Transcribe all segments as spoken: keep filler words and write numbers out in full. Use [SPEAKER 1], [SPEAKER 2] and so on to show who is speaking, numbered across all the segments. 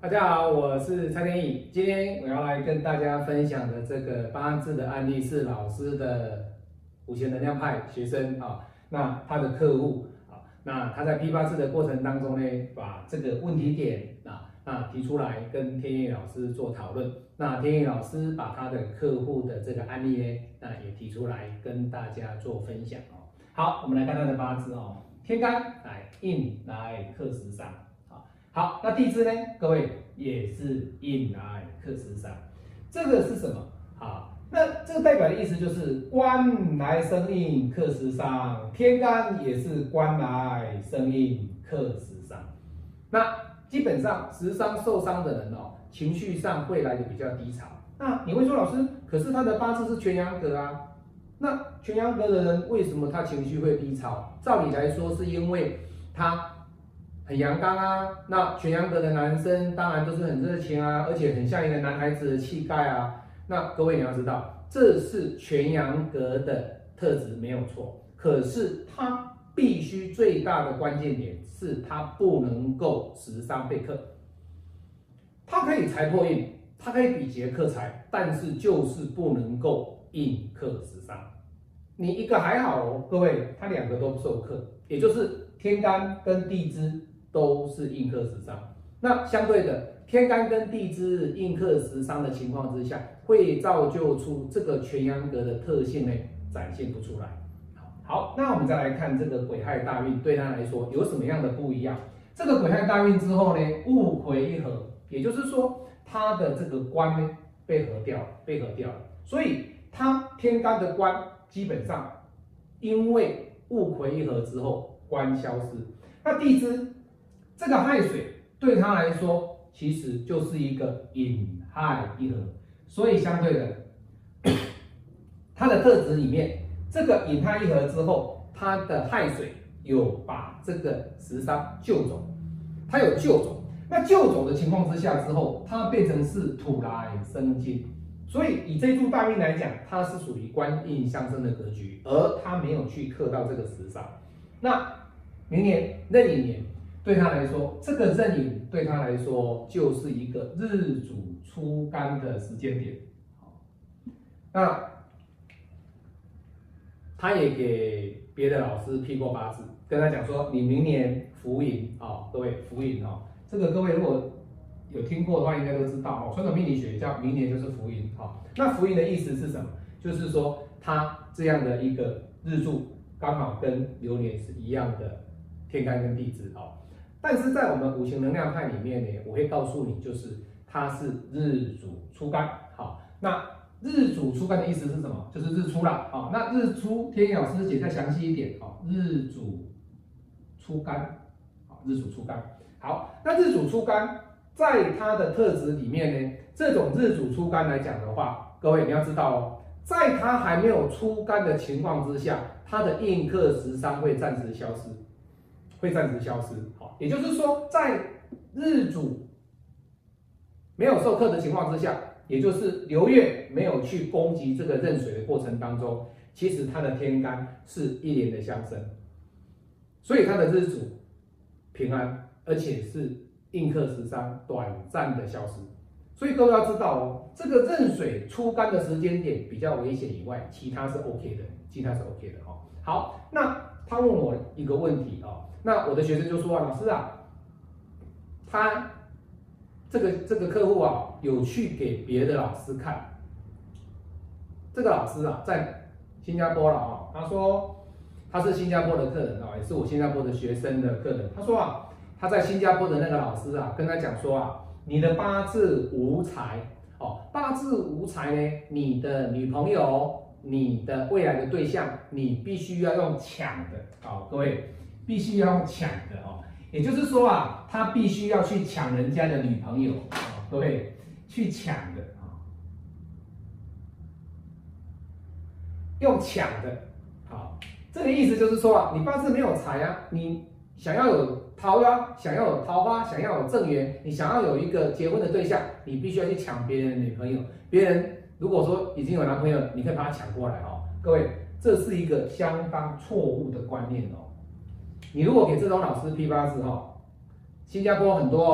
[SPEAKER 1] 大家好，我是蔡天意。今天我要来跟大家分享的这个八字的案例是老师的五行能量派学生啊，那他的客户啊，那他在批八字的过程当中呢，把这个问题点啊那提出来跟天意老师做讨论。那天意老师把他的客户的这个案例呢，那也提出来跟大家做分享哦。好，我们来看他的八字哦，天干来印来克时伤。好，那地支呢？各位也是印来克时伤，这个是什么？好，那这个代表的意思就是官来生印克时伤，天干也是官来生印克时伤。那基本上时伤受伤的人哦，情绪上会来的比较低潮。那你会说老师，可是他的八字是全阳格啊，那全阳格的人为什么他情绪会低潮？照理来说是因为他很阳刚啊，那全阳格的男生当然都是很热情啊，而且很像一个男孩子的气概啊。那各位你要知道，这是全阳格的特质没有错，可是他必须最大的关键点是他不能够时伤被克。他可以财破印，他可以比劫克财，但是就是不能够印克时伤。你一个还好哦，各位，他两个都受克，也就是天干跟地支都是印克时伤。那相对的，天干跟地支印克时伤的情况之下，会造就出这个全阳格的特性呢，展现不出来。好，那我们再来看这个癸亥大运对他来说有什么样的不一样？这个癸亥大运之后呢，戊癸一合，也就是说他的这个官呢被合掉了，被合掉了，所以他天干的官基本上因为戊癸一合之后官消失，那地支这个亥水对他来说其实就是一个寅亥一合，所以相对的，他的特质里面。这个寅亥一合之后，它的亥水有把这个时伤救走，它有救走。那救走的情况之下之后，它变成是土来生金，所以以这柱大运来讲，它是属于官印相生的格局，而它没有去克到这个时伤。那明年壬寅年对他来说，这个壬寅对他来说就是一个日主出干的时间点。那他也给别的老师批过八字，跟他讲说，你明年福银啊、哦，各位福银哦，这个各位如果有听过的话，应该都知道哦。传统命理学叫明年就是福银哦。那福银的意思是什么？就是说他这样的一个日柱刚好跟流年是一样的天干跟地支哦。但是在我们五行能量派里面呢，我会告诉你，就是它是日主出干好、哦，那。日主出干的意思是什么？就是日出了啊、哦。那日出，天意老师解再详细一点啊、哦。日主出干，啊、哦，日主出干。好，那日主出干，在它的特质里面呢，这种日主出干来讲的话，各位你要知道哦，在它还没有出干的情况之下，它的印克时伤会暂时消失，会暂时消失。好，也就是说，在日主没有受克的情况之下。也就是流月没有去攻击这个壬水的过程当中，其实它的天干是一年的相生，所以它的日主平安，而且是印克时伤短暂的消失。所以各位要知道哦，这个壬水出干的时间点比较危险以外，其他是 OK 的，其他是 OK 的哦。好，那他问我一个问题哦，那我的学生就说啊，老师啊，他。这个这个客户啊，有去给别的老师看。这个老师啊，在新加坡了啊，他说他是新加坡的客人啊，也是我新加坡的学生的客人。他说啊，他在新加坡的那个老师啊，跟他讲说啊，你的八字无财哦，八字无财呢，你的女朋友、你的未来的对象，你必须要用抢的，好、哦，各位必须要用抢的哦。也就是说啊，他必须要去抢人家的女朋友啊、哦，各位去抢的啊、哦，用抢的，好、哦，这个意思就是说啊，你八字没有财啊，你想要有桃花，想要有桃花，想要有正缘，你想要有一个结婚的对象，你必须要去抢别人的女朋友。别人如果说已经有男朋友，你可以把他抢过来哦，各位，这是一个相当错误的观念哦。你如果给这种老师批八字哈，新加坡很多哦，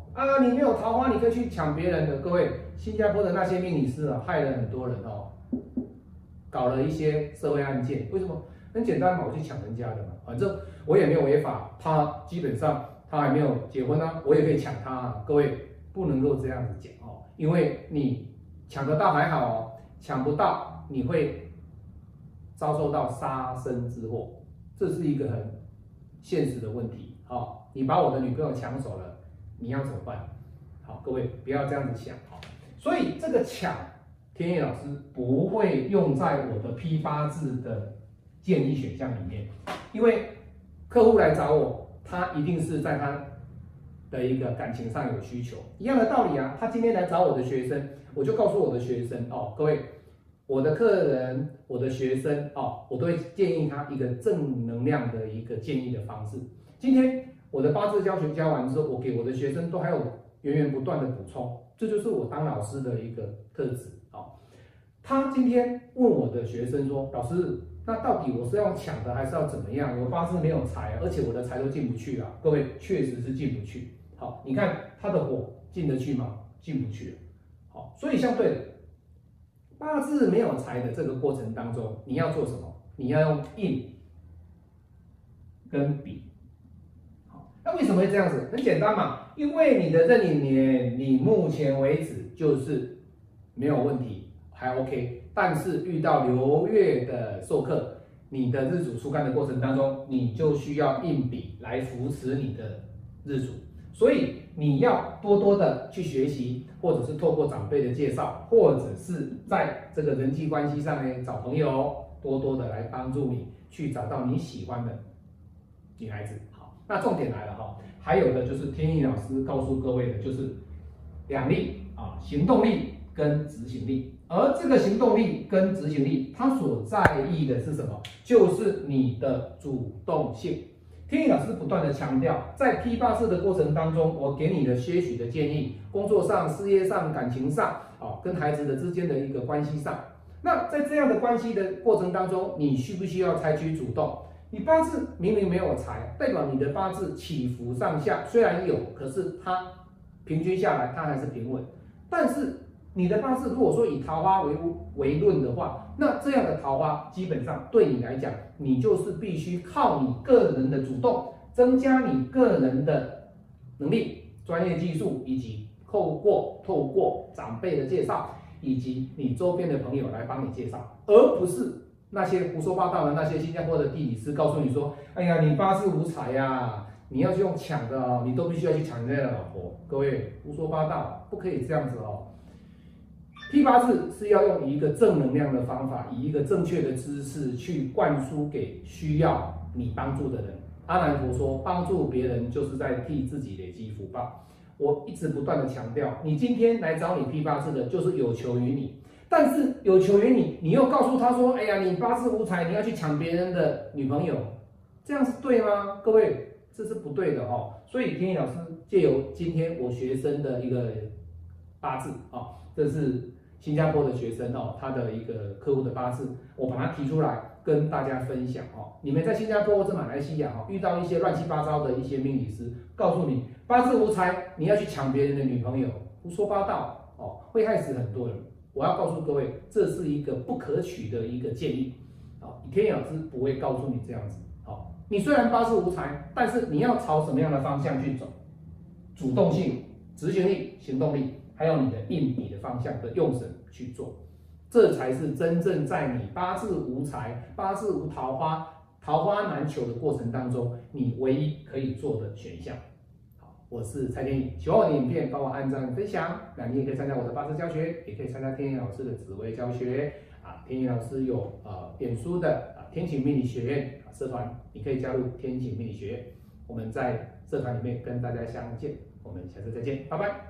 [SPEAKER 1] 啊，你没有桃花，你可以去抢别人的。各位，新加坡的那些命理师啊，害了很多人哦，搞了一些社会案件。为什么？很简单嘛，我去抢人家的嘛，反正我也没有违法，他基本上他还没有结婚啊，我也可以抢他啊。各位不能够这样子讲哦，因为你抢得到还好哦，抢不到你会遭受到杀身之祸，这是一个很现实的问题。哦，你把我的女朋友抢走了，你要怎么办？好，各位不要这样子想哦。所以这个抢，天野老师不会用在我的批八字的建议选项里面，因为客户来找我，他一定是在他的一个感情上有需求，一样的道理啊。他今天来找我的学生，我就告诉我的学生哦，各位，我的客人、我的学生哦，我都会建议他一个正能量的一个建议的方式。今天我的八字教学教完之后，我给我的学生都还有源源不断的补充，这就是我当老师的一个特质哦。他今天问我的学生说，老师，那到底我是要抢的还是要怎么样？我八字没有财，而且我的财都进不去啊。各位，确实是进不去。好，你看他的火进得去吗？进不去。好，所以相对的，八字没有财的这个过程当中，你要做什么？你要用印跟笔。好，那为什么会这样子？很简单嘛，因为你的壬寅年，你目前为止就是没有问题，还 OK。但是遇到流月的授课，你的日主出干的过程当中，你就需要印笔来扶持你的日主，所以你要多多的去学习，或者是透过长辈的介绍，或者是在这个人际关系上呢找朋友，多多的来帮助你去找到你喜欢的女孩子。好，那重点来了哈，还有的就是天意老师告诉各位的，就是两力啊，行动力跟执行力。而这个行动力跟执行力，它所在意的是什么？就是你的主动性。天意老师不断的强调，在批八字的过程当中，我给你的些许的建议，工作上、事业上、感情上，哦，跟孩子的之间的一个关系上。那在这样的关系的过程当中，你需不需要采取主动？你八字明明没有财，代表你的八字起伏上下，虽然有，可是它平均下来它还是平稳，但是你的八字如果说以桃花为为论的话，那这样的桃花基本上对你来讲，你就是必须靠你个人的主动，增加你个人的能力、专业技术，以及透过透过长辈的介绍，以及你周边的朋友来帮你介绍，而不是那些胡说八道的那些新加坡的地理师告诉你说，哎呀，你八字无财呀，你要去用抢的哦，你都必须要去抢人家的老婆。各位胡说八道，不可以这样子哦。批八字是要用一个正能量的方法，以一个正确的知识去灌输给需要你帮助的人。阿难陀说，帮助别人就是在替自己累积福报。我一直不断的强调，你今天来找你批八字的，就是有求于你，但是有求于你，你又告诉他说，哎呀，你八字无财，你要去抢别人的女朋友，这样是对吗？各位，这是不对的哦。所以天意老师借由今天我学生的一个八字哦，这是新加坡的学生哦，他的一个客户的八字，我把它提出来跟大家分享哦。你们在新加坡或者马来西亚哦，遇到一些乱七八糟的一些命理师，告诉你八字无财，你要去抢别人的女朋友，胡说八道哦，会害死很多人。我要告诉各位，这是一个不可取的一个建议。好，天意老师不会告诉你这样子。好，你虽然八字无财，但是你要朝什么样的方向去走？主动性、执行力、行动力。还有你的印笔的方向的用神去做，这才是真正在你八字无财、八字无桃花、桃花难求的过程当中，你唯一可以做的选项。好，我是蔡天意，喜欢我的影片，帮我按赞分享。那你也可以参加我的八字教学，也可以参加天意老师的紫微教学啊。天意老师有呃脸书的啊天晴命理学院啊社团，你可以加入天晴命理学院。我们在社团里面跟大家相见，我们下次再见，拜拜。